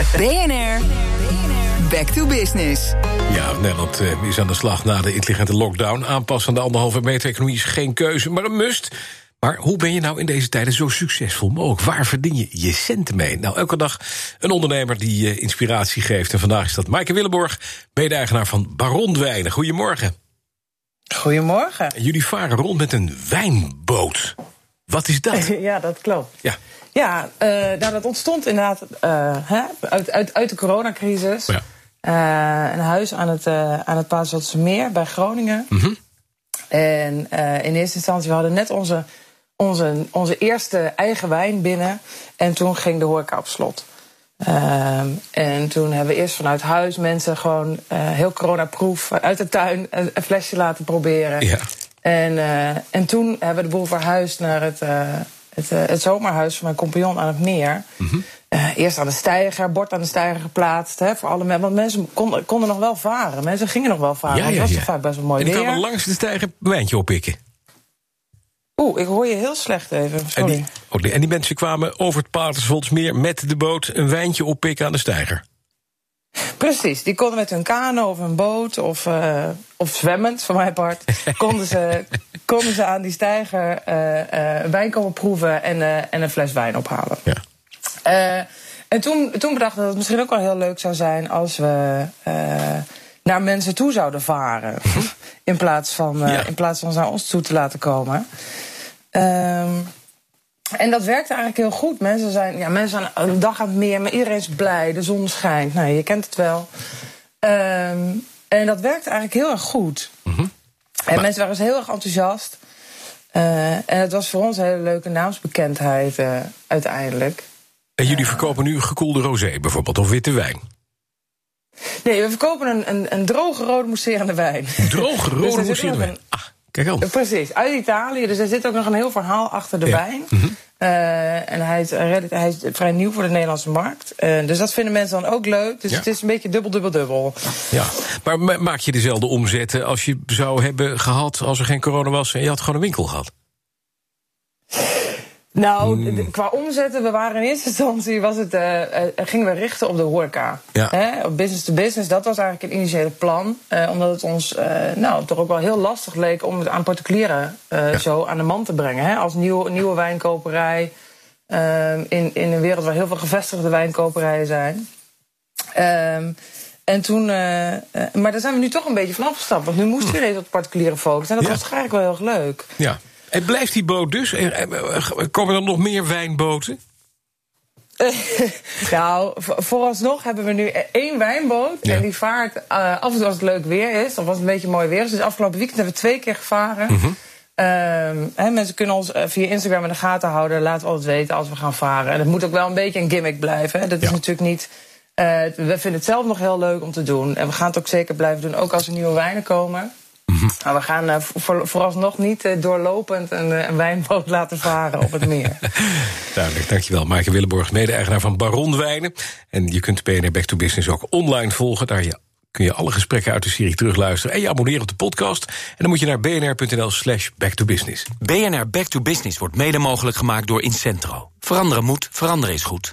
BNR Back to Business. Ja, Nederland is aan de slag na de intelligente lockdown. Aanpassen aan de 1,5 meter economie is geen keuze, maar een must. Maar hoe ben je nou in deze tijden zo succesvol mogelijk? Waar verdien je je centen mee? Nou, elke dag een ondernemer die inspiratie geeft. En vandaag is dat Maaike Willenborg, mede-eigenaar van Baron Wijnen. Goedemorgen. Goedemorgen. Jullie varen rond met een wijnboot. Wat is dat? Ja, dat klopt. Ja, nou, dat ontstond inderdaad uit de coronacrisis. Ja. Een huis aan het Paterswoldse Meer bij Groningen. Mm-hmm. En in eerste instantie, we hadden net onze eerste eigen wijn binnen. En toen ging de horeca op slot. En toen hebben we eerst vanuit huis mensen gewoon heel coronaproof uit de tuin een flesje laten proberen. Ja. En toen hebben we de boel verhuisd naar het zomerhuis van mijn compagnon aan het meer. Mm-hmm. Eerst aan de steiger, bord aan de steiger geplaatst. Voor alle mensen, want mensen konden nog wel varen. Mensen gingen nog wel varen, want het was toch vaak best wel mooi weer. En die kwamen langs de steiger een wijntje oppikken. Ik hoor je heel slecht even, sorry. En die mensen kwamen over het Paterswoldsmeer met de boot een wijntje oppikken aan de steiger. Precies, die konden met hun kano of een boot of zwemmend, voor mijn part, konden ze aan die steiger wijn komen proeven en een fles wijn ophalen. Ja. En toen bedachten we dat het misschien ook wel heel leuk zou zijn als we naar mensen toe zouden varen. in plaats van ze naar ons toe te laten komen. En dat werkte eigenlijk heel goed. Mensen zijn een dag aan het meer, maar iedereen is blij, de zon schijnt. Nou, je kent het wel. En dat werkte eigenlijk heel erg goed. Mm-hmm. En mensen waren dus heel erg enthousiast. En het was voor ons een hele leuke naamsbekendheid uiteindelijk. En jullie verkopen nu gekoelde rosé bijvoorbeeld, of witte wijn? Nee, we verkopen een droge rode mousserende wijn. Droge rode mousserende wijn? Kijk al. Precies, uit Italië. Dus er zit ook nog een heel verhaal achter de wijn. Mm-hmm. En hij is vrij nieuw voor de Nederlandse markt. Dus dat vinden mensen dan ook leuk. Dus het is een beetje dubbel. Ja, maar maak je dezelfde omzetten als je zou hebben gehad als er geen corona was en je had gewoon een winkel gehad? Nou, qua omzetten, we waren in eerste instantie, gingen we richten op de horeca. Ja. Op business to business, dat was eigenlijk een initiële plan. Omdat het ons toch ook wel heel lastig leek om het aan particulieren zo aan de man te brengen. Als nieuwe wijnkoperij in een wereld waar heel veel gevestigde wijnkoperijen zijn. En toen, maar daar zijn we nu toch een beetje van afgestapt. Want nu moesten we even op particuliere focussen. En dat was eigenlijk wel heel erg leuk. Ja. En blijft die boot dus? Komen er nog meer wijnboten? Nou, vooralsnog hebben we nu 1 wijnboot. Ja. En die vaart af en toe als het leuk weer is. Of als het een beetje mooi weer is. Dus afgelopen weekend hebben we 2 keer gevaren. Mm-hmm. Mensen kunnen ons via Instagram in de gaten houden. Laten we altijd weten als we gaan varen. En het moet ook wel een beetje een gimmick blijven. Hè. Dat is natuurlijk niet... we vinden het zelf nog heel leuk om te doen. En we gaan het ook zeker blijven doen. Ook als er nieuwe wijnen komen. Mm-hmm. Maar we gaan vooralsnog niet doorlopend een wijnboot laten varen op het meer. Duidelijk, dankjewel. Maaike Willenborg, mede-eigenaar van Baron Wijnen. En je kunt BNR Back to Business ook online volgen. Daar kun je alle gesprekken uit de serie terugluisteren. En je abonneren op de podcast. En dan moet je naar bnr.nl/backtobusiness. BNR Back to Business wordt mede mogelijk gemaakt door Incentro. Veranderen moet, veranderen is goed.